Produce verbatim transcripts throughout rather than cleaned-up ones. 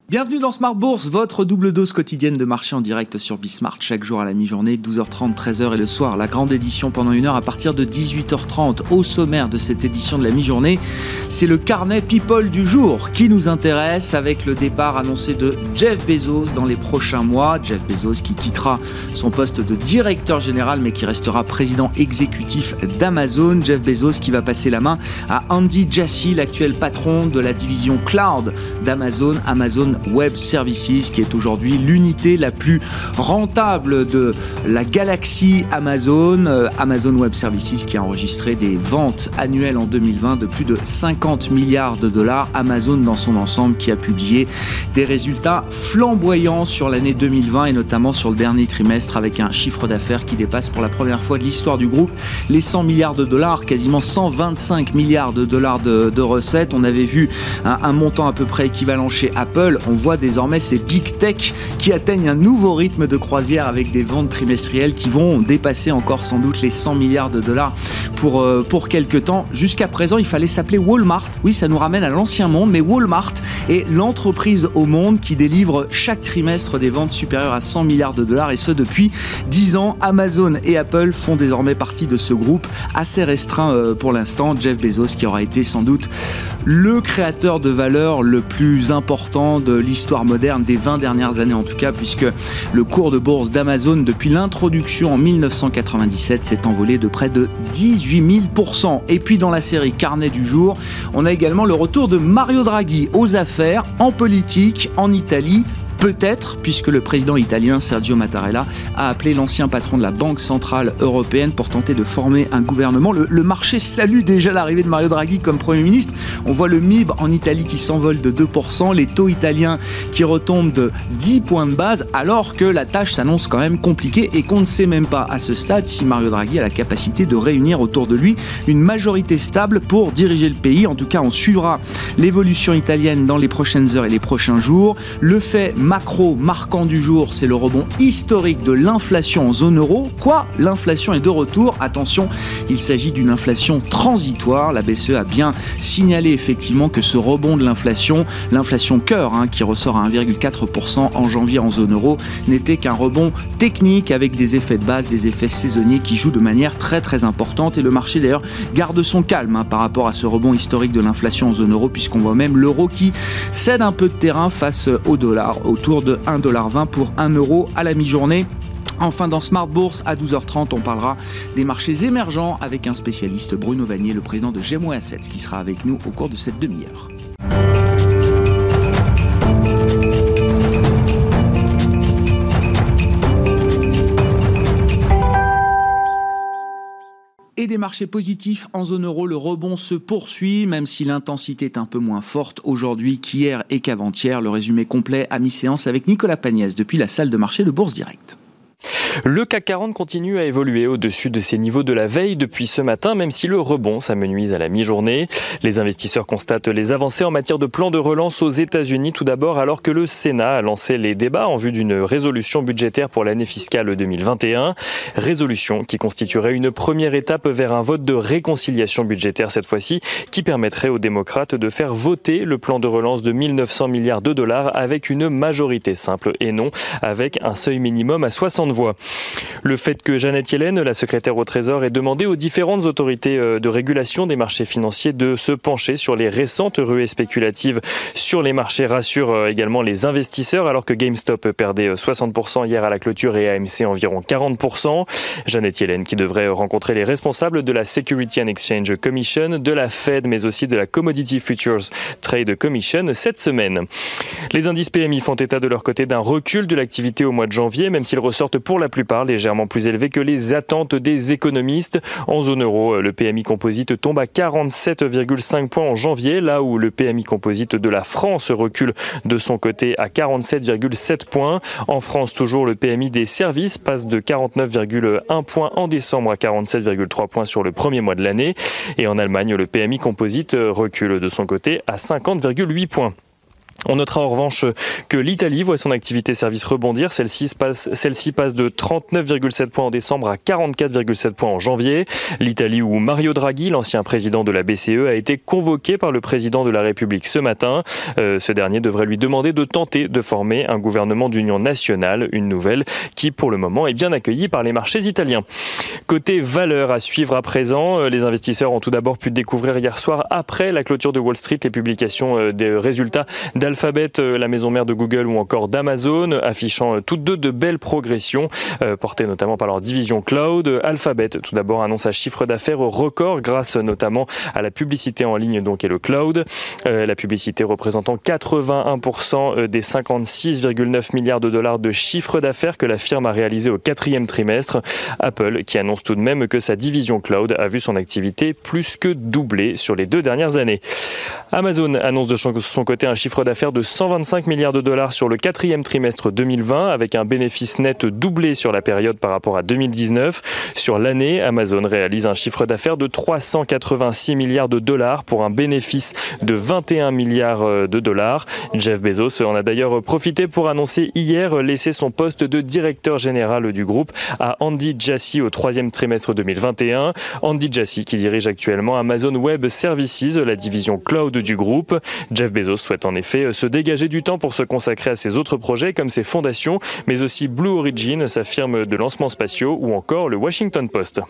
Bienvenue dans Smart Bourse, votre double dose quotidienne de marché en direct sur Bismart. Chaque jour à la mi-journée, douze heures trente, treize heures et le soir. La grande édition pendant une heure à partir de dix-huit heures trente. Au sommaire de cette édition de la mi-journée, c'est le carnet People du jour qui nous intéresse avec le départ annoncé de Jeff Bezos dans les prochains mois. Jeff Bezos qui quittera son poste de directeur général mais qui restera président exécutif d'Amazon. Jeff Bezos qui va passer la main à Andy Jassy, l'actuel patron de la division cloud d'Amazon, Amazon Web Services, qui est aujourd'hui l'unité la plus rentable de la galaxie Amazon. Euh, Amazon Web Services qui a enregistré des ventes annuelles en deux mille vingt de plus de cinquante milliards de dollars. Amazon dans son ensemble qui a publié des résultats flamboyants sur l'année deux mille vingt et notamment sur le dernier trimestre avec un chiffre d'affaires qui dépasse pour la première fois de l'histoire du groupe les cent milliards de dollars, quasiment cent vingt-cinq milliards de dollars de, de recettes. On avait vu un, un montant à peu près équivalent chez Apple. On voit désormais ces big tech qui atteignent un nouveau rythme de croisière avec des ventes trimestrielles qui vont dépasser encore sans doute les cent milliards de dollars pour, euh, pour quelques temps. Jusqu'à présent, il fallait s'appeler Walmart. Oui, ça nous ramène à l'ancien monde, mais Walmart est l'entreprise au monde qui délivre chaque trimestre des ventes supérieures à cent milliards de dollars et ce depuis dix ans. Amazon et Apple font désormais partie de ce groupe assez restreint euh, pour l'instant. Jeff Bezos qui aura été sans doute le créateur de valeur le plus important de l'histoire moderne des vingt dernières années en tout cas, puisque le cours de bourse d'Amazon depuis l'introduction en mille neuf cent quatre-vingt-dix-sept s'est envolé de près de dix-huit mille pour cent. Et puis dans la série Carnet du jour, on a également le retour de Mario Draghi aux affaires, en politique, en Italie. Peut-être, puisque le président italien Sergio Mattarella a appelé l'ancien patron de la Banque Centrale Européenne pour tenter de former un gouvernement. Le, le marché salue déjà l'arrivée de Mario Draghi comme Premier ministre. On voit le M I B en Italie qui s'envole de deux pour cent, les taux italiens qui retombent de dix points de base, alors que la tâche s'annonce quand même compliquée et qu'on ne sait même pas à ce stade si Mario Draghi a la capacité de réunir autour de lui une majorité stable pour diriger le pays. En tout cas, on suivra l'évolution italienne dans les prochaines heures et les prochains jours. Le fait macro marquant du jour, c'est le rebond historique de l'inflation en zone euro. Quoi ? L'inflation est de retour. Attention, il s'agit d'une inflation transitoire. La B C E a bien signalé effectivement que ce rebond de l'inflation, l'inflation cœur, hein, qui ressort à un virgule quatre pour cent en janvier en zone euro, n'était qu'un rebond technique avec des effets de base, des effets saisonniers qui jouent de manière très très importante. Et le marché d'ailleurs garde son calme hein, par rapport à ce rebond historique de l'inflation en zone euro, puisqu'on voit même l'euro qui cède un peu de terrain face au dollar, autour de un virgule vingt pour un euro à la mi-journée. Enfin, dans Smart Bourse, à douze heures trente, on parlera des marchés émergents avec un spécialiste, Bruno Vanier, le président de Gemway Assets, qui sera avec nous au cours de cette demi-heure. Et des marchés positifs en zone euro, le rebond se poursuit, même si l'intensité est un peu moins forte aujourd'hui qu'hier et qu'avant-hier. Le résumé complet à mi-séance avec Nicolas Pagnès depuis la salle de marché de Bourse Direct. Le C A C quarante continue à évoluer au-dessus de ses niveaux de la veille depuis ce matin, même si le rebond s'amenuise à la mi-journée. Les investisseurs constatent les avancées en matière de plan de relance aux États-Unis tout d'abord, alors que le Sénat a lancé les débats en vue d'une résolution budgétaire pour l'année fiscale deux mille vingt et un. Résolution qui constituerait une première étape vers un vote de réconciliation budgétaire cette fois-ci, qui permettrait aux démocrates de faire voter le plan de relance de mille neuf cents milliards de dollars avec une majorité simple et non avec un seuil minimum à soixante voix. Le fait que Janet Yellen, la secrétaire au Trésor, ait demandé aux différentes autorités de régulation des marchés financiers de se pencher sur les récentes ruées spéculatives sur les marchés rassure également les investisseurs, alors que GameStop perdait soixante pour cent hier à la clôture et A M C environ quarante pour cent. Janet Yellen qui devrait rencontrer les responsables de la Security and Exchange Commission, de la Fed, mais aussi de la Commodity Futures Trade Commission cette semaine. Les indices P M I font état de leur côté d'un recul de l'activité au mois de janvier, même s'ils ressortent pour la plupart légèrement plus élevés que les attentes des économistes. En zone euro, le P M I composite tombe à quarante-sept virgule cinq points en janvier, là où le P M I composite de la France recule de son côté à quarante-sept virgule sept points. En France, toujours, le P M I des services passe de quarante-neuf virgule un points en décembre à quarante-sept virgule trois points sur le premier mois de l'année. Et en Allemagne, le P M I composite recule de son côté à cinquante virgule huit points. On notera en revanche que l'Italie voit son activité service rebondir. Celle-ci passe, celle-ci passe de trente-neuf virgule sept points en décembre à quarante-quatre virgule sept points en janvier. L'Italie où Mario Draghi, l'ancien président de la B C E, a été convoqué par le président de la République ce matin. Euh, ce dernier devrait lui demander de tenter de former un gouvernement d'union nationale, une nouvelle qui pour le moment est bien accueillie par les marchés italiens. Côté valeurs à suivre à présent, les investisseurs ont tout d'abord pu découvrir hier soir, après la clôture de Wall Street, les publications des résultats d'Alphabet, la maison mère de Google ou encore d'Amazon, affichant toutes deux de belles progressions, euh, portées notamment par leur division cloud. Alphabet, tout d'abord, annonce un chiffre d'affaires record grâce notamment à la publicité en ligne donc et le cloud. Euh, la publicité représentant quatre-vingt-un pour cent des cinquante-six virgule neuf milliards de dollars de chiffre d'affaires que la firme a réalisé au quatrième trimestre. Apple qui annonce tout de même que sa division cloud a vu son activité plus que doubler sur les deux dernières années. Amazon annonce de son côté un chiffre d'affaires de cent vingt-cinq milliards de dollars sur le quatrième trimestre deux mille vingt, avec un bénéfice net doublé sur la période par rapport à deux mille dix-neuf. Sur l'année, Amazon réalise un chiffre d'affaires de trois cent quatre-vingt-six milliards de dollars pour un bénéfice de vingt et un milliards de dollars. Jeff Bezos en a d'ailleurs profité pour annoncer hier laisser son poste de directeur général du groupe à Andy Jassy au troisième trimestre deux mille vingt et un. Andy Jassy qui dirige actuellement Amazon Web Services, la division cloud du groupe. Jeff Bezos souhaite en effet se dégager du temps pour se consacrer à ses autres projets comme ses fondations, mais aussi Blue Origin, sa firme de lancements spatiaux, ou encore le Washington Post.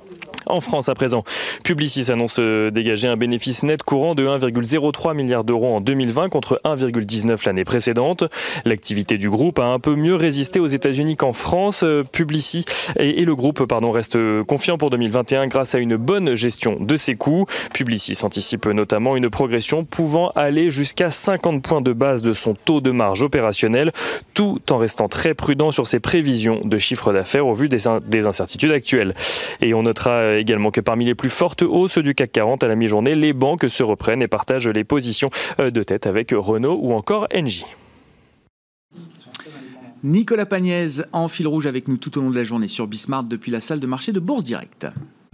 En France, à présent, Publicis annonce dégager un bénéfice net courant de un virgule zéro trois milliard d'euros en deux mille vingt contre un virgule dix-neuf l'année précédente. L'activité du groupe a un peu mieux résisté aux États-Unis qu'en France. Publicis et, et le groupe pardon, restent confiants pour deux mille vingt et un grâce à une bonne gestion de ses coûts. Publicis anticipe notamment une progression pouvant aller jusqu'à cinquante points de base de son taux de marge opérationnelle, tout en restant très prudent sur ses prévisions de chiffre d'affaires au vu des, des incertitudes actuelles. Et on notera également que parmi les plus fortes hausses du C A C quarante à la mi-journée, les banques se reprennent et partagent les positions de tête avec Renault ou encore Engie. Nicolas Pagnès en fil rouge avec nous tout au long de la journée sur Bismart depuis la salle de marché de Bourse Direct.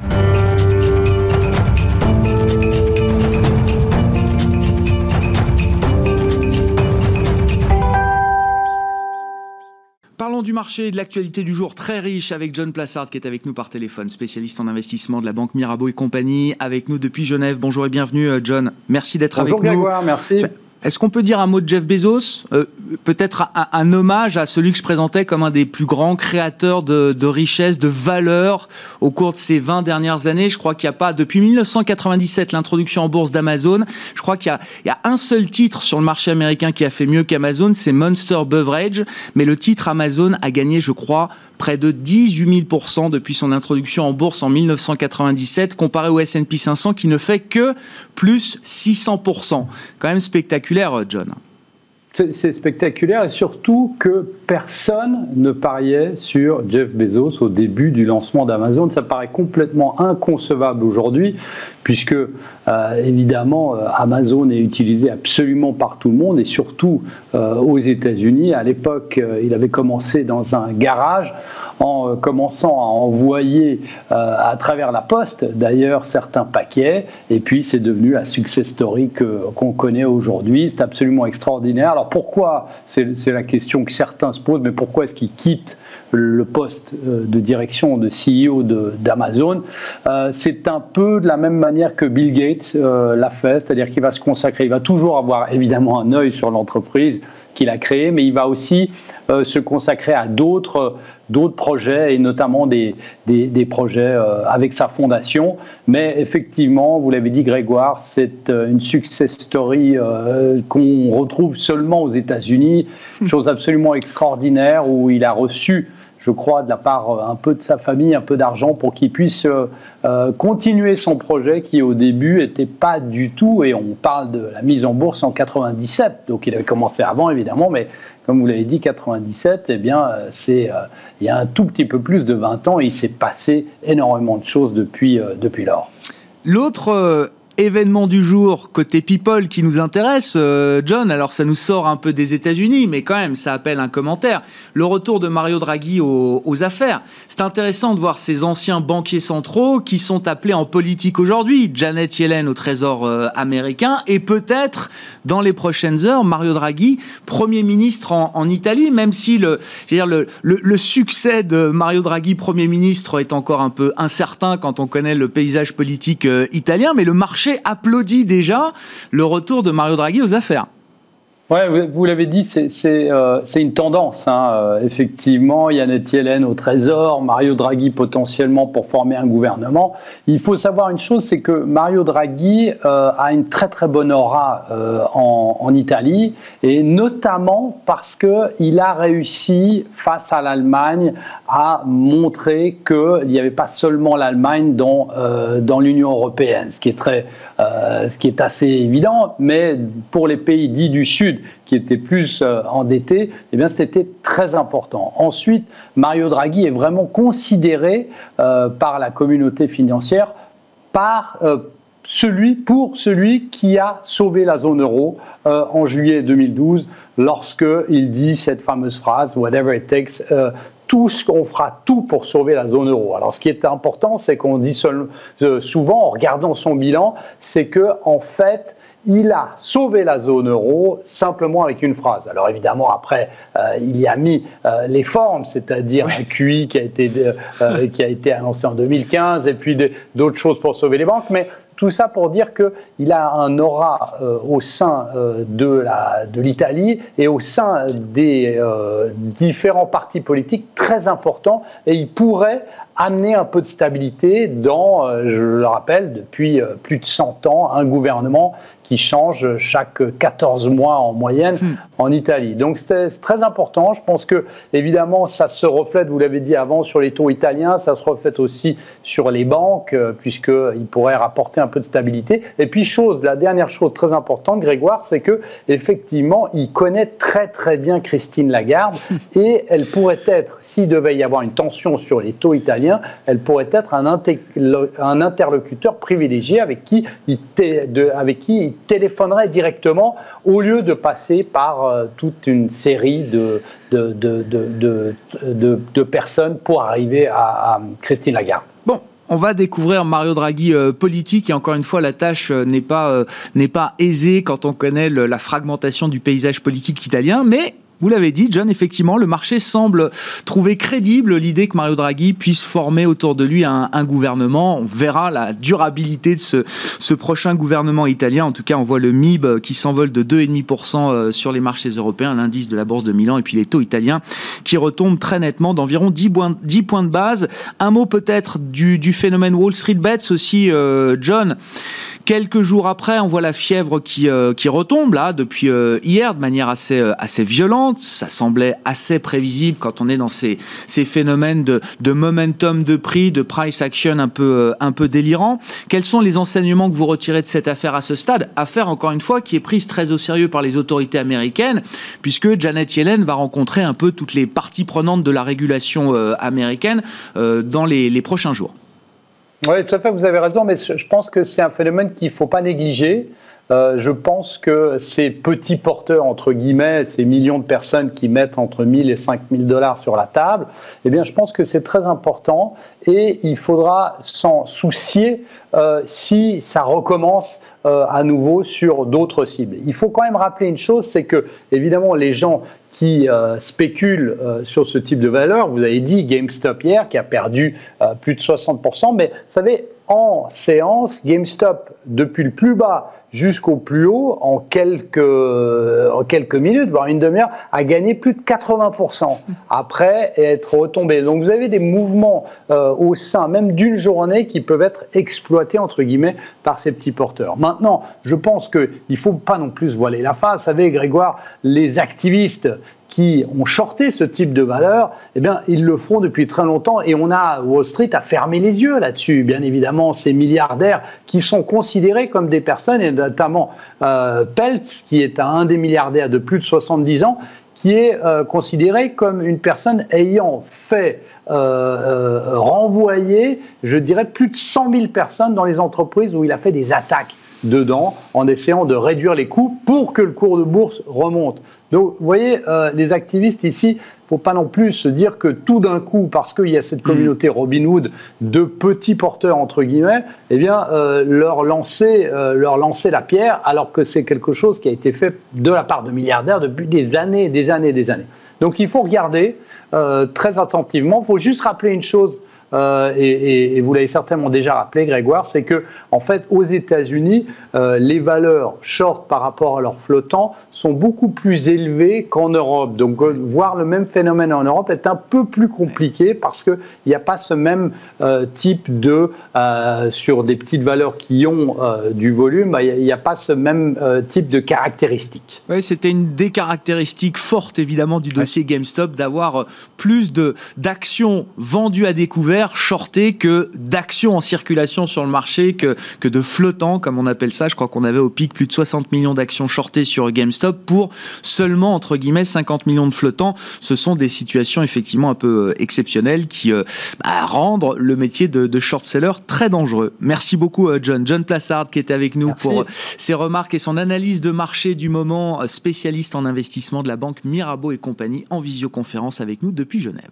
Parlons du marché et de l'actualité du jour très riche avec John Plassard qui est avec nous par téléphone, spécialiste en investissement de la banque Mirabeau et compagnie, avec nous depuis Genève. Bonjour et bienvenue John, merci d'être Bonjour avec nous. Bonjour Grégoire, merci. Est-ce qu'on peut dire un mot de Jeff Bezos, euh, peut-être un, un hommage à celui que je présentais comme un des plus grands créateurs de, de richesses, de valeur au cours de ces vingt dernières années. Je crois qu'il n'y a pas, depuis mille neuf cent quatre-vingt-dix-sept, l'introduction en bourse d'Amazon, je crois qu'il y a, il y a un seul titre sur le marché américain qui a fait mieux qu'Amazon, c'est Monster Beverage, mais le titre Amazon a gagné, je crois, près de dix-huit mille pour cent depuis son introduction en bourse en mille neuf cent quatre-vingt-dix-sept, comparé au S and P cinq cents qui ne fait que plus six cents pour cent. Quand même spectaculaire, John. C'est, c'est spectaculaire et surtout que personne ne pariait sur Jeff Bezos au début du lancement d'Amazon. Ça paraît complètement inconcevable aujourd'hui puisque euh, évidemment euh, Amazon est utilisé absolument par tout le monde et surtout euh, aux États-Unis. À l'époque, euh, il avait commencé dans un garage en euh, commençant à envoyer euh, à travers la poste d'ailleurs certains paquets et puis c'est devenu la success story que, qu'on connaît aujourd'hui. C'est absolument extraordinaire. Alors pourquoi, c'est, c'est la question que certains se posent, mais pourquoi est-ce qu'il quitte le poste de direction de C E O de, d'Amazon? euh, C'est un peu de la même manière que Bill Gates euh, l'a fait, c'est-à-dire qu'il va se consacrer, il va toujours avoir évidemment un œil sur l'entreprise qu'il a créée, mais il va aussi euh, se consacrer à d'autres, d'autres projets et notamment des, des, des projets euh, avec sa fondation. Mais effectivement, vous l'avez dit Grégoire, c'est euh, une success story euh, qu'on retrouve seulement aux États-Unis, chose absolument extraordinaire où il a reçu, je crois, de la part un peu de sa famille, un peu d'argent pour qu'il puisse euh, continuer son projet qui au début n'était pas du tout, et on parle de la mise en bourse en quatre-vingt-dix-sept, donc il avait commencé avant évidemment, mais comme vous l'avez dit, quatre-vingt-dix-sept, eh bien, c'est, euh, il y a un tout petit peu plus de vingt ans et il s'est passé énormément de choses depuis, euh, depuis lors. L'autre euh, Événement du jour, côté people qui nous intéresse, euh, John, alors ça nous sort un peu des États-Unis, mais quand même, ça appelle un commentaire. Le retour de Mario Draghi aux, aux affaires. C'est intéressant de voir ces anciens banquiers centraux qui sont appelés en politique aujourd'hui. Janet Yellen au Trésor euh, américain et peut-être, dans les prochaines heures, Mario Draghi, Premier ministre en, en Italie, même si le, je veux dire, le, le, le succès de Mario Draghi, Premier ministre, est encore un peu incertain quand on connaît le paysage politique euh, italien, mais le marché applaudit déjà le retour de Mario Draghi aux affaires. Ouais, vous l'avez dit, c'est, c'est, euh, c'est une tendance. Hein. Euh, effectivement, Janet Yellen au Trésor, Mario Draghi potentiellement pour former un gouvernement. Il faut savoir une chose, c'est que Mario Draghi euh, a une très très bonne aura euh, en, en Italie, et notamment parce qu'il a réussi face à l'Allemagne à montrer qu'il n'y avait pas seulement l'Allemagne dans, euh, dans l'Union européenne, ce qui est très, euh, ce qui est assez évident, mais pour les pays dits du Sud, qui étaient plus euh, endettés, eh bien, c'était très important. Ensuite, Mario Draghi est vraiment considéré euh, par la communauté financière par, euh, celui, pour celui qui a sauvé la zone euro euh, en juillet deux mille douze, lorsqu'il dit cette fameuse phrase « Whatever it takes euh, », tout ce qu'on fera tout pour sauver la zone euro. Alors, ce qui est important, c'est qu'on dit seul, euh, souvent, en regardant son bilan, c'est que en fait, il a sauvé la zone euro simplement avec une phrase. Alors évidemment, après, euh, il y a mis euh, les formes, c'est-à-dire oui. un Q I qui a été, euh, qui a été annoncé en deux mille quinze et puis de, d'autres choses pour sauver les banques. Mais tout ça pour dire qu'il a un aura euh, au sein euh, de, la, de l'Italie et au sein des euh, différents partis politiques très important, et il pourrait amener un peu de stabilité dans, euh, je le rappelle, depuis euh, plus de cent ans, un gouvernement qui change chaque quatorze mois en moyenne mmh. en Italie. Donc c'est très important. Je pense que, évidemment, ça se reflète, vous l'avez dit avant, sur les taux italiens, ça se reflète aussi sur les banques, euh, puisqu'ils pourraient rapporter un peu de stabilité. Et puis, chose, la dernière chose très importante, Grégoire, c'est que effectivement, il connaît très très bien Christine Lagarde et elle pourrait être, s'il devait y avoir une tension sur les taux italiens, elle pourrait être un, inter- un interlocuteur privilégié avec qui il, t- de, avec qui il téléphonerait directement au lieu de passer par euh, toute une série de, de, de, de, de, de, de personnes pour arriver à, à Christine Lagarde. Bon. On va découvrir Mario Draghi euh, politique, et encore une fois, la tâche euh, n'est pas, euh, n'est pas aisée quand on connaît le, la fragmentation du paysage politique italien, mais vous l'avez dit, John, effectivement, le marché semble trouver crédible l'idée que Mario Draghi puisse former autour de lui un, un gouvernement. On verra la durabilité de ce, ce prochain gouvernement italien. En tout cas, on voit le M I B qui s'envole de deux virgule cinq pour cent sur les marchés européens, l'indice de la bourse de Milan, et puis les taux italiens qui retombent très nettement d'environ dix points, dix points de base. Un mot peut-être du, du phénomène Wall Street Bets aussi, euh, John. Quelques jours après, on voit la fièvre qui, euh, qui retombe là depuis euh, hier de manière assez, euh, assez violente. Ça semblait assez prévisible quand on est dans ces, ces phénomènes de, de momentum de prix, de price action un peu, euh, un peu délirant. Quels sont les enseignements que vous retirez de cette affaire à ce stade ? Affaire, encore une fois, qui est prise très au sérieux par les autorités américaines, puisque Janet Yellen va rencontrer un peu toutes les parties prenantes de la régulation euh, américaine euh, dans les, les prochains jours. Oui, tout à fait, vous avez raison, mais je pense que c'est un phénomène qu'il ne faut pas négliger. Euh, je pense que ces petits porteurs, entre guillemets, ces millions de personnes qui mettent entre mille et cinq mille dollars sur la table, eh bien, je pense que c'est très important et il faudra s'en soucier euh, si ça recommence euh, à nouveau sur d'autres cibles. Il faut quand même rappeler une chose, c'est que, évidemment, les gens qui euh, spéculent euh, sur ce type de valeur, vous avez dit GameStop hier, qui a perdu euh, plus de soixante pour cent, mais vous savez, en séance, GameStop, depuis le plus bas jusqu'au plus haut, en quelques, euh, en quelques minutes, voire une demi-heure, a gagné plus de quatre-vingts pour cent après être retombé. Donc vous avez des mouvements euh, au sein même d'une journée qui peuvent être exploités, entre guillemets, par ces petits porteurs. Maintenant, je pense qu'il ne faut pas non plus se voiler la face. Vous savez, Grégoire, les activistes qui ont shorté ce type de valeur, eh bien, ils le font depuis très longtemps et on a, Wall Street a fermé les yeux là-dessus. Bien évidemment, ces milliardaires qui sont considérés comme des personnes, et notamment euh, Peltz, qui est un des milliardaires de plus de soixante-dix ans, qui est euh, considéré comme une personne ayant fait euh, euh, renvoyer, je dirais, plus de cent mille personnes dans les entreprises où il a fait des attaques. dedans en essayant de réduire les coûts pour que le cours de bourse remonte. Donc, vous voyez, euh, les activistes ici, il ne faut pas non plus se dire que tout d'un coup, parce qu'il y a cette communauté Robinhood de petits porteurs, entre guillemets, eh bien, euh, leur, lancer, euh, leur lancer la pierre, alors que c'est quelque chose qui a été fait de la part de milliardaires depuis des années, des années, des années. Donc, il faut regarder euh, très attentivement. Il faut juste rappeler une chose. Euh, et, et, et vous l'avez certainement déjà rappelé, Grégoire, c'est que en fait, aux États-Unis, euh, les valeurs short par rapport à leurs flottants sont beaucoup plus élevées qu'en Europe. Donc, euh, voir le même phénomène en Europe est un peu plus compliqué parce qu'il n'y a pas ce même euh, type de euh, sur des petites valeurs qui ont euh, du volume, il n'y a, a pas ce même euh, type de caractéristiques. Oui, c'était une des caractéristiques fortes évidemment du dossier GameStop d'avoir plus de d'actions vendues à découvert, shortées, que d'actions en circulation sur le marché, que, que de flottants, comme on appelle ça. Je crois qu'on avait au pic plus de soixante millions d'actions shortées sur GameStop pour seulement, entre guillemets, cinquante millions de flottants. Ce sont des situations effectivement un peu exceptionnelles qui euh, bah, rendent le métier de, de short-seller très dangereux. Merci beaucoup, John. John Plassard qui était avec nous Merci. pour ses remarques et son analyse de marché du moment, spécialiste en investissement de la banque Mirabeau et compagnie, en visioconférence avec nous depuis Genève.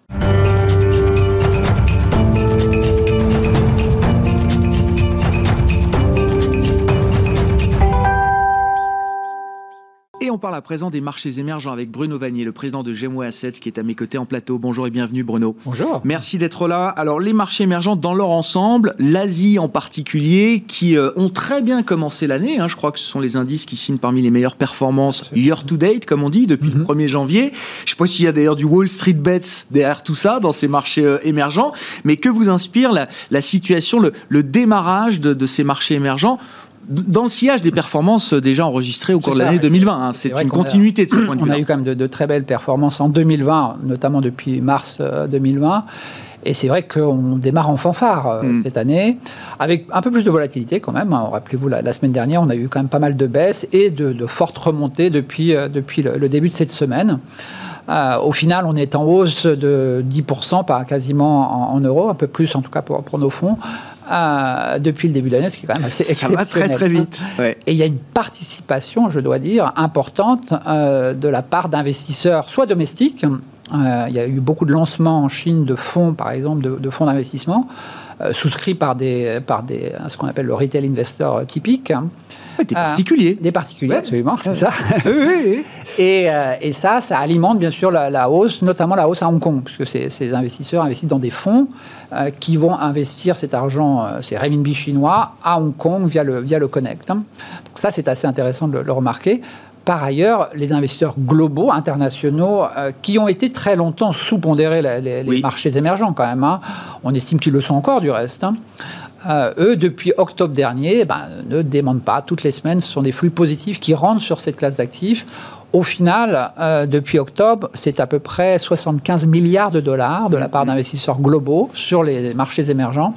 Et on parle à présent des marchés émergents avec Bruno Vanier, le président de Gemway Assets, qui est à mes côtés en plateau. Bonjour et bienvenue Bruno. Bonjour. Merci d'être là. Alors les marchés émergents dans leur ensemble, l'Asie en particulier, qui euh, ont très bien commencé l'année. Hein. Je crois que ce sont les indices qui signent parmi les meilleures performances year to date, comme on dit, depuis mm-hmm. le premier janvier. Je ne sais pas s'il y a d'ailleurs du Wall Street Bets derrière tout ça, dans ces marchés euh, émergents. Mais que vous inspire la, la situation, le, le démarrage de, de ces marchés émergents dans le sillage des performances déjà enregistrées au cours de l'année deux mille vingt, hein, c'est, c'est une continuité a, de ce point de vue. On a eu quand même de, de très belles performances en deux mille vingt, notamment depuis mars deux mille vingt. Et c'est vrai qu'on démarre en fanfare euh, mmh. cette année, avec un peu plus de volatilité quand même. Hein. Rappelez-vous, la, la semaine dernière, on a eu quand même pas mal de baisses et de, de fortes remontées depuis, euh, depuis le, le début de cette semaine. Euh, au final, on est en hausse de dix pour cent, pas quasiment en, en euros, un peu plus en tout cas pour, pour nos fonds. Euh, depuis le début de l'année, ce qui est quand même assez exceptionnel. Ça va très très vite. Ouais. Et il y a une participation, je dois dire, importante euh, de la part d'investisseurs, soit domestiques. Euh, il y a eu beaucoup de lancements en Chine de fonds, par exemple, de, de fonds d'investissement, euh, souscrits par, des, par des, ce qu'on appelle le retail investor typique. Ouais, des particuliers. Euh, des particuliers, ouais. absolument, c'est ouais. ça. Oui, oui. Et, euh, et ça, ça alimente bien sûr la, la hausse, notamment la hausse à Hong Kong, puisque ces, ces investisseurs investissent dans des fonds euh, qui vont investir cet argent, euh, ces renminbi chinois, à Hong Kong via le, via le Connect. Donc ça, c'est assez intéressant de le, le remarquer. Par ailleurs, les investisseurs globaux, internationaux, euh, qui ont été très longtemps sous-pondérés les, les, oui. les marchés émergents quand même, hein. On estime qu'ils le sont encore du reste, hein. Euh, eux, depuis octobre dernier, ben, ne demandent pas. Toutes les semaines, ce sont des flux positifs qui rentrent sur cette classe d'actifs. Au final, euh, depuis octobre, c'est à peu près soixante-quinze milliards de dollars de la part d'investisseurs globaux sur les marchés émergents.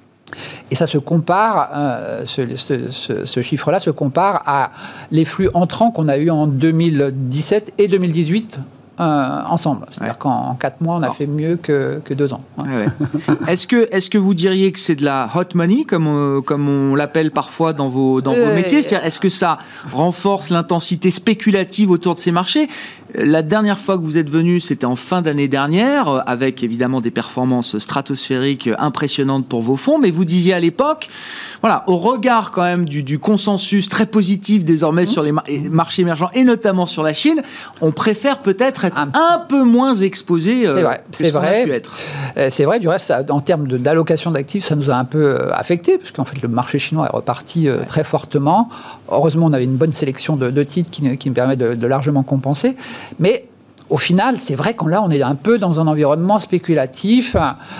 Et ça se compare, euh, ce, ce, ce, ce chiffre-là se compare à les flux entrants qu'on a eus en deux mille dix-sept et deux mille dix-huit. Euh, ensemble. C'est-à-dire ouais. qu'en quatre mois, on a fait mieux que, que deux ans. Ouais. Ouais. est-ce que, est-ce que vous diriez que c'est de la hot money, comme, euh, comme on l'appelle parfois dans vos, dans euh, vos métiers ? C'est-à-dire, est-ce que ça renforce l'intensité spéculative autour de ces marchés ? La dernière fois que vous êtes venu, c'était en fin d'année dernière, avec évidemment des performances stratosphériques impressionnantes pour vos fonds, mais vous disiez à l'époque, voilà, au regard quand même du, du consensus très positif désormais mmh. sur les mar- marchés émergents, et notamment sur la Chine, on préfère peut-être être un, un peu moins exposé euh, c'est vrai, que c'est ce qu'on vrai. a pu être. Euh, c'est vrai, du reste, ça, en termes de, d'allocation d'actifs, ça nous a un peu euh, affecté, parce qu'en fait, le marché chinois est reparti euh, ouais. très fortement. Heureusement, on avait une bonne sélection de, de titres qui, qui nous permet de, de largement compenser. Mais au final, c'est vrai qu'on là, on est un peu dans un environnement spéculatif.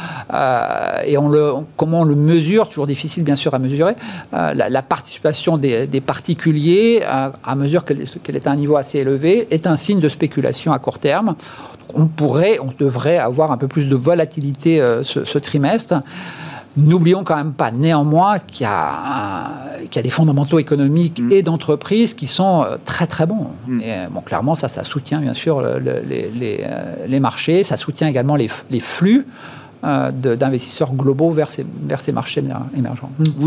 Euh, et on le, on, comment on le mesure, toujours difficile bien sûr à mesurer, euh, la, la participation des, des particuliers, euh, à mesure qu'elle, qu'elle est à un niveau assez élevé, est un signe de spéculation à court terme. Donc, on pourrait, on devrait avoir un peu plus de volatilité euh, ce, ce trimestre. N'oublions quand même pas, néanmoins, qu'il y a, un, qu'il y a des fondamentaux économiques mmh. et d'entreprises qui sont très, très bons. Mmh. Et bon, clairement, ça, ça soutient, bien sûr, le, le, les, les, les marchés. Ça soutient également les, les flux euh, de, d'investisseurs globaux vers ces, vers ces marchés émergents. Mmh. Vous êtes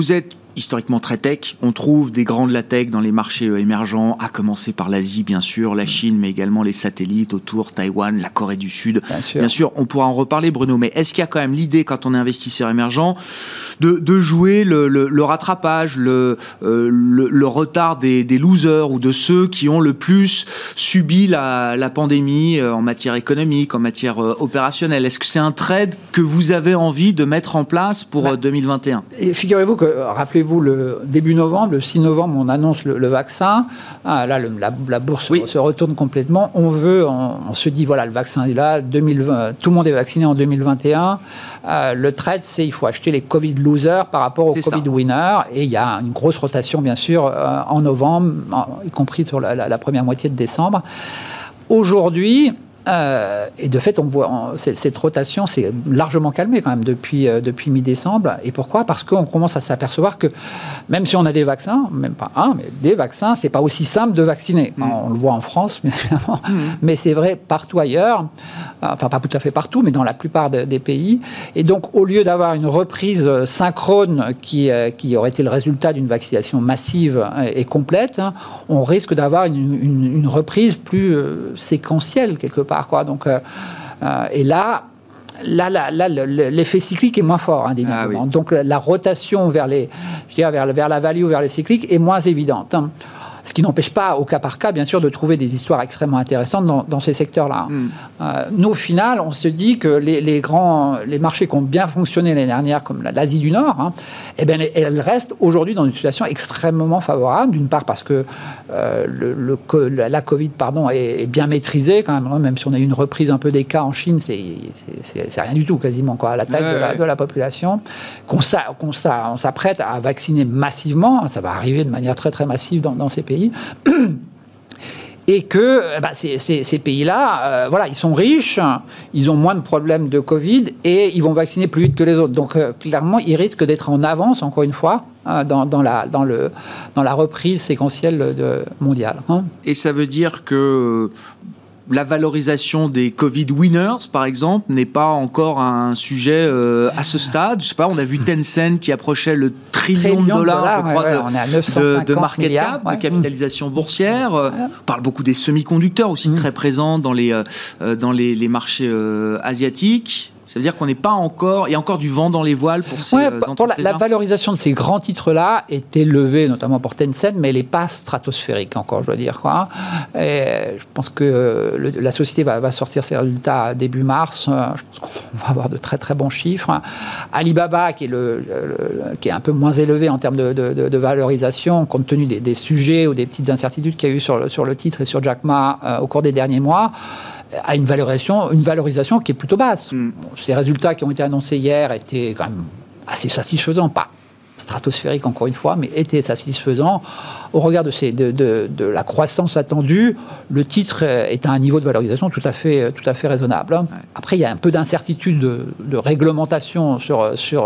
historiquement très tech. On trouve des grands de la tech dans les marchés émergents, à commencer par l'Asie, bien sûr, la Chine, mais également les satellites autour, Taïwan, la Corée du Sud. Bien sûr, bien sûr on pourra en reparler, Bruno, mais est-ce qu'il y a quand même l'idée, quand on est investisseur émergent, de, de jouer le, le, le rattrapage, le, euh, le, le retard des, des losers ou de ceux qui ont le plus subi la, la pandémie en matière économique, en matière euh, opérationnelle? Est-ce que c'est un trade que vous avez envie de mettre en place pour bah, deux mille vingt et un? Et figurez-vous que, rappelez-vous, le début novembre, le six novembre, on annonce le, le vaccin. Ah, là, le, la, la bourse oui. se retourne complètement. On veut, on, on se dit, voilà, le vaccin est là, deux mille vingt, tout le monde est vacciné en deux mille vingt et un. Euh, le trade, c'est il faut acheter les Covid losers par rapport aux c'est Covid ça. winners. Et il y a une grosse rotation, bien sûr, euh, en novembre, en, y compris sur la, la, la première moitié de décembre. Aujourd'hui, Euh, et de fait, on voit on, cette rotation s'est largement calmée quand même depuis, euh, depuis mi-décembre. Et pourquoi ? Parce qu'on commence à s'apercevoir que même si on a des vaccins, même pas un, mais des vaccins, c'est pas aussi simple de vacciner. Mmh. On, on le voit en France, bien évidemment, mmh. mais c'est vrai partout ailleurs. Enfin, pas tout à fait partout, mais dans la plupart de, des pays. Et donc, au lieu d'avoir une reprise synchrone qui, euh, qui aurait été le résultat d'une vaccination massive et, et complète, hein, on risque d'avoir une, une, une reprise plus euh, séquentielle quelque part. Quoi. Donc, euh, euh, et là, là, là, là, l'effet cyclique est moins fort, indéniablement. Ah, oui. Donc, la rotation vers, les, je dirais, vers, vers la value ou vers les cycliques est moins évidente. Hein. Ce qui n'empêche pas, au cas par cas, bien sûr, de trouver des histoires extrêmement intéressantes dans, dans ces secteurs-là. Mm. Euh, nous, au final, on se dit que les, les grands, les marchés qui ont bien fonctionné l'année dernière, comme l'Asie du Nord, hein, eh bien, elles restent aujourd'hui dans une situation extrêmement favorable. D'une part parce que euh, le, le, la Covid, pardon, est, est bien maîtrisée quand même. Hein, même si on a eu une reprise un peu des cas en Chine, c'est, c'est, c'est rien du tout quasiment quoi, à la taille ouais, de, la, ouais. de la population. Qu'on, s'a, qu'on s'a, on s'apprête à vacciner massivement. Ça va arriver de manière très très massive dans, dans ces pays. Et que bah, ces, ces, ces pays-là, euh, voilà, ils sont riches, ils ont moins de problèmes de Covid et ils vont vacciner plus vite que les autres. Donc, euh, clairement, ils risquent d'être en avance, encore une fois, hein, dans, dans, la, dans, le, dans la reprise séquentielle de, mondiale. Hein. Et ça veut dire que la valorisation des Covid winners, par exemple, n'est pas encore un sujet euh, à ce stade. Je sais pas, on a vu Tencent qui approchait le trillion de dollars, dollars je crois, ouais, ouais, de, de, de market milliards, cap, ouais. de capitalisation boursière. Ouais. On parle beaucoup des semi-conducteurs aussi, mmh. très présents dans les, euh, dans les, les marchés euh, asiatiques. Ça veut dire qu'on n'est pas encore... Il y a encore du vent dans les voiles pour ces ouais, entreprises. Pour la, la valorisation de ces grands titres-là est élevée, notamment pour Tencent, mais elle n'est pas stratosphérique encore, je dois dire. Quoi. Et je pense que le, la société va, va sortir ses résultats début mars. Je pense qu'on va avoir de très très bons chiffres. Alibaba, qui est, le, le, qui est un peu moins élevé en termes de, de, de, de valorisation, compte tenu des, des sujets ou des petites incertitudes qu'il y a eu sur le, sur le titre et sur Jack Ma euh, au cours des derniers mois, a une valorisation, une valorisation qui est plutôt basse. Mm. Bon, ces résultats qui ont été annoncés hier étaient quand même assez satisfaisants, pas stratosphériques encore une fois, mais étaient satisfaisants. Au regard de, ces, de, de, de la croissance attendue, le titre est à un niveau de valorisation tout à fait, tout à fait raisonnable. Ouais. Après, il y a un peu d'incertitude de, de réglementation sur, sur,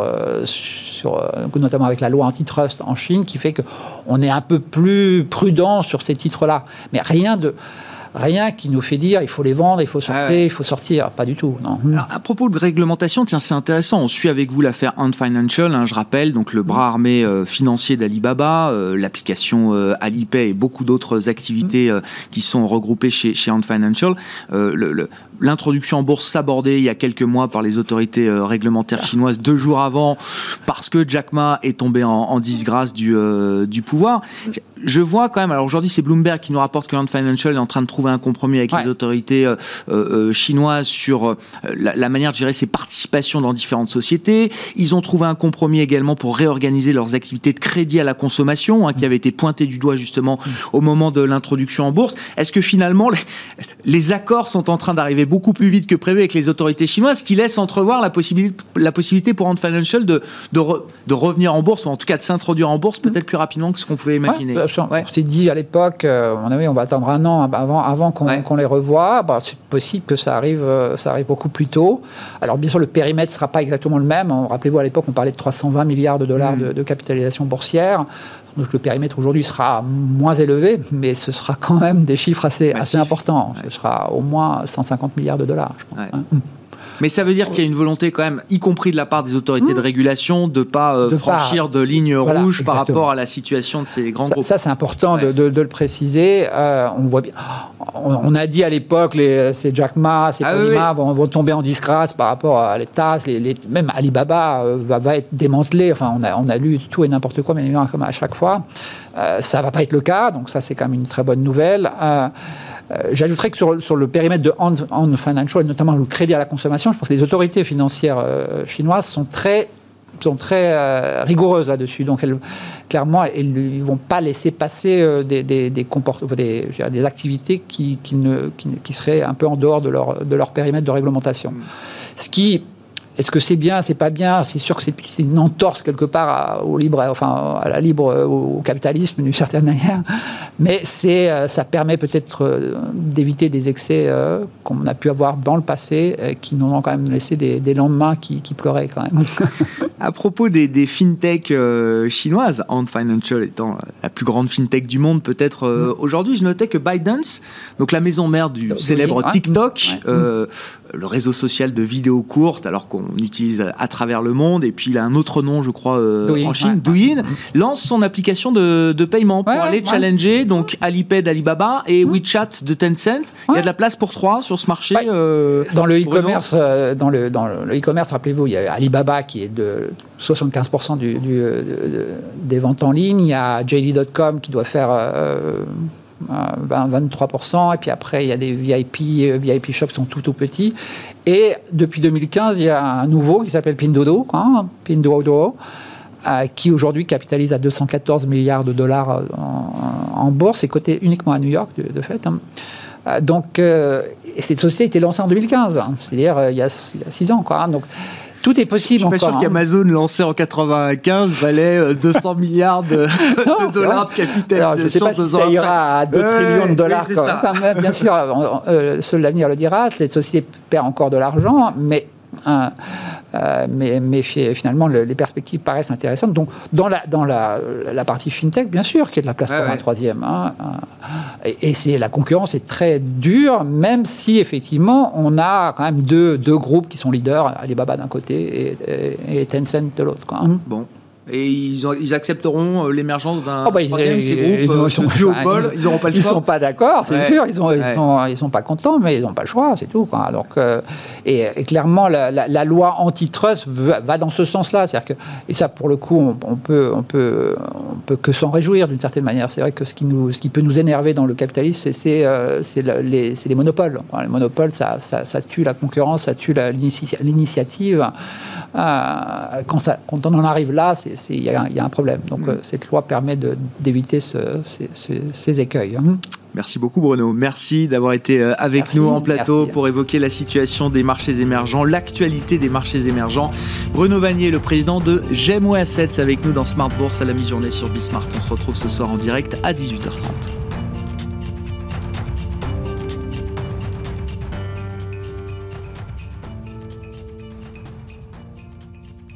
sur, notamment avec la loi antitrust en Chine, qui fait qu'on est un peu plus prudent sur ces titres-là. Mais rien de... Rien qui nous fait dire il faut les vendre, il faut sortir, ah ouais. il faut sortir. Pas du tout, non. Alors, à propos de réglementation, tiens, c'est intéressant. On suit avec vous l'affaire Ant Financial, hein, je rappelle, donc le bras armé euh, financier d'Alibaba, euh, l'application euh, Alipay et beaucoup d'autres activités euh, qui sont regroupées chez, chez Ant Financial. Euh, le, le, l'introduction en bourse s'abordait il y a quelques mois par les autorités euh, réglementaires chinoises, deux jours avant, parce que Jack Ma est tombé en, en disgrâce du, euh, du pouvoir. Je vois quand même, alors aujourd'hui c'est Bloomberg qui nous rapporte que Ant Financial est en train de trouver un compromis avec ouais. les autorités euh, euh, chinoises sur euh, la, la manière de gérer ses participations dans différentes sociétés. Ils ont trouvé un compromis également pour réorganiser leurs activités de crédit à la consommation, hein, qui avait été pointé du doigt justement au moment de l'introduction en bourse. Est-ce que finalement les, les accords sont en train d'arriver beaucoup plus vite que prévu avec les autorités chinoises, ce qui laisse entrevoir la possibilité, la possibilité pour Ant Financial de, de, re, de revenir en bourse, ou en tout cas de s'introduire en bourse peut-être plus rapidement que ce qu'on pouvait imaginer. Ouais, Ouais. On s'est dit à l'époque, euh, on, avait, on va attendre un an avant, avant qu'on, ouais. qu'on les revoie. Bah, c'est possible que ça arrive, euh, ça arrive beaucoup plus tôt. Alors bien sûr, le périmètre ne sera pas exactement le même. Rappelez-vous, à l'époque, on parlait de trois cent vingt milliards de dollars mmh. de, de capitalisation boursière. Donc le périmètre aujourd'hui sera moins élevé, mais ce sera quand même des chiffres assez, assez importants. Ouais. Ce sera au moins cent cinquante milliards de dollars, je pense. Ouais. Hein. Mais ça veut dire qu'il y a une volonté quand même, y compris de la part des autorités mmh. de régulation, de ne pas euh, de franchir pas... de lignes voilà, rouges exactement. Par rapport à la situation de ces grands ça, groupes. Ça, c'est important ouais. de, de, de le préciser. Euh, on voit bien. On, on a dit à l'époque, les, ces Jack Ma, ces ah, Polima oui. vont, vont tomber en disgrâce par rapport à l'État. Les, les, même Alibaba euh, va, va être démantelé. Enfin, on a, on a lu tout et n'importe quoi, mais comme à chaque fois. Euh, ça ne va pas être le cas. Donc ça, c'est quand même une très bonne nouvelle. Euh, Euh, j'ajouterais que sur, sur le périmètre de On, On Financial, et notamment le crédit à la consommation, je pense que les autorités financières euh, chinoises sont très, sont très euh, rigoureuses là-dessus. Donc, elles, clairement, elles ne vont pas laisser passer euh, des, des, des, comport- des, je dirais, des activités qui, qui, ne, qui, qui seraient un peu en dehors de leur, de leur périmètre de réglementation. Mmh. Ce qui... Est-ce que c'est bien, c'est pas bien? C'est sûr que c'est une entorse quelque part à, au libre, enfin à la libre, au capitalisme d'une certaine manière, mais c'est, ça permet peut-être d'éviter des excès euh, qu'on a pu avoir dans le passé, euh, qui nous ont quand même laissé des, des lendemains qui, qui pleuraient quand même. À propos des, des fintech euh, chinoises, Ant Financial étant la plus grande fintech du monde peut-être euh, mmh. aujourd'hui, je notais que ByteDance, donc la maison mère du oui, célèbre ouais. TikTok, ouais. Euh, mmh. le réseau social de vidéos courtes, alors qu'on on utilise à travers le monde, et puis il a un autre nom, je crois, euh, Douyin, en Chine, ouais. Douyin, lance son application de, de paiement pour ouais, aller ouais. challenger donc Alipay d'Alibaba et mmh. WeChat de Tencent. Ouais. Il y a de la place pour trois sur ce marché. Ouais. Euh, dans le e-commerce, euh, dans le dans le e-commerce, rappelez-vous, il y a Alibaba qui est de soixante-quinze pour cent du, du, de, de, des ventes en ligne. Il y a J D dot com qui doit faire euh, vingt-trois pour cent, et puis après il y a des V I P, V I P shops qui sont tout tout petits. Et depuis deux mille quinze, il y a un nouveau qui s'appelle Pinduoduo, hein, Pinduoduo, euh, qui aujourd'hui capitalise à deux cent quatorze milliards de dollars en, en bourse et coté uniquement à New York, de, de fait. Hein. Euh, donc, euh, cette société a été lancée en deux mille quinze, hein, c'est-à-dire euh, il y a six ans, quoi. Hein, donc, tout est possible encore. Je suis pas sûr hein. qu'Amazon, lancé en quatre-vingt-quinze, valait deux cents milliards de, non, de dollars de capitalisation. Je ne sais pas si ça ira à deux ouais, trillions de dollars. Oui, quand même. Bien sûr, euh, seul l'avenir le dira. Cette société perd encore de l'argent, mais... Euh, euh, mais, mais finalement le, les perspectives paraissent intéressantes. Donc dans la, dans la, la partie fintech, bien sûr qu'il y a de la place ouais, pour ouais. un troisième. Hein, euh, et, et c'est, la concurrence est très dure, même si effectivement on a quand même deux, deux groupes qui sont leaders, Alibaba d'un côté et, et, et Tencent de l'autre. Quoi, hein. Bon. Et ils, ont, ils accepteront l'émergence d'un oh bah, troisième, ils, ces groupes, ils, ils sont plus au bol, ils n'auront pas le choix. Ils ne sont pas d'accord, c'est ouais. sûr, ils ne ouais. ils sont, ils sont pas contents, mais ils n'ont pas le choix, c'est tout. Quoi. Donc, euh, et, et clairement, la, la, la loi antitrust va, va dans ce sens-là. C'est-à-dire que, et ça, pour le coup, on, on, peut, on, peut, on peut que s'en réjouir d'une certaine manière. C'est vrai que ce qui, nous, ce qui peut nous énerver dans le capitalisme, c'est, c'est, euh, c'est, les, c'est les monopoles. Les monopoles, ça, ça, ça tue la concurrence, ça tue la, l'initiative. Euh, quand, ça, quand on en arrive là, il y a, y a un problème. Donc mmh. euh, cette loi permet de, d'éviter ce, ces, ces, ces écueils. Hein. Merci beaucoup Bruno. Merci d'avoir été avec merci, nous en plateau merci. Pour évoquer la situation des marchés émergents, l'actualité des marchés émergents. Bruno Vanier, le président de Gemway Assets, avec nous dans Smart Bourse à la mi-journée sur Bismart. On se retrouve ce soir en direct à dix-huit heures trente.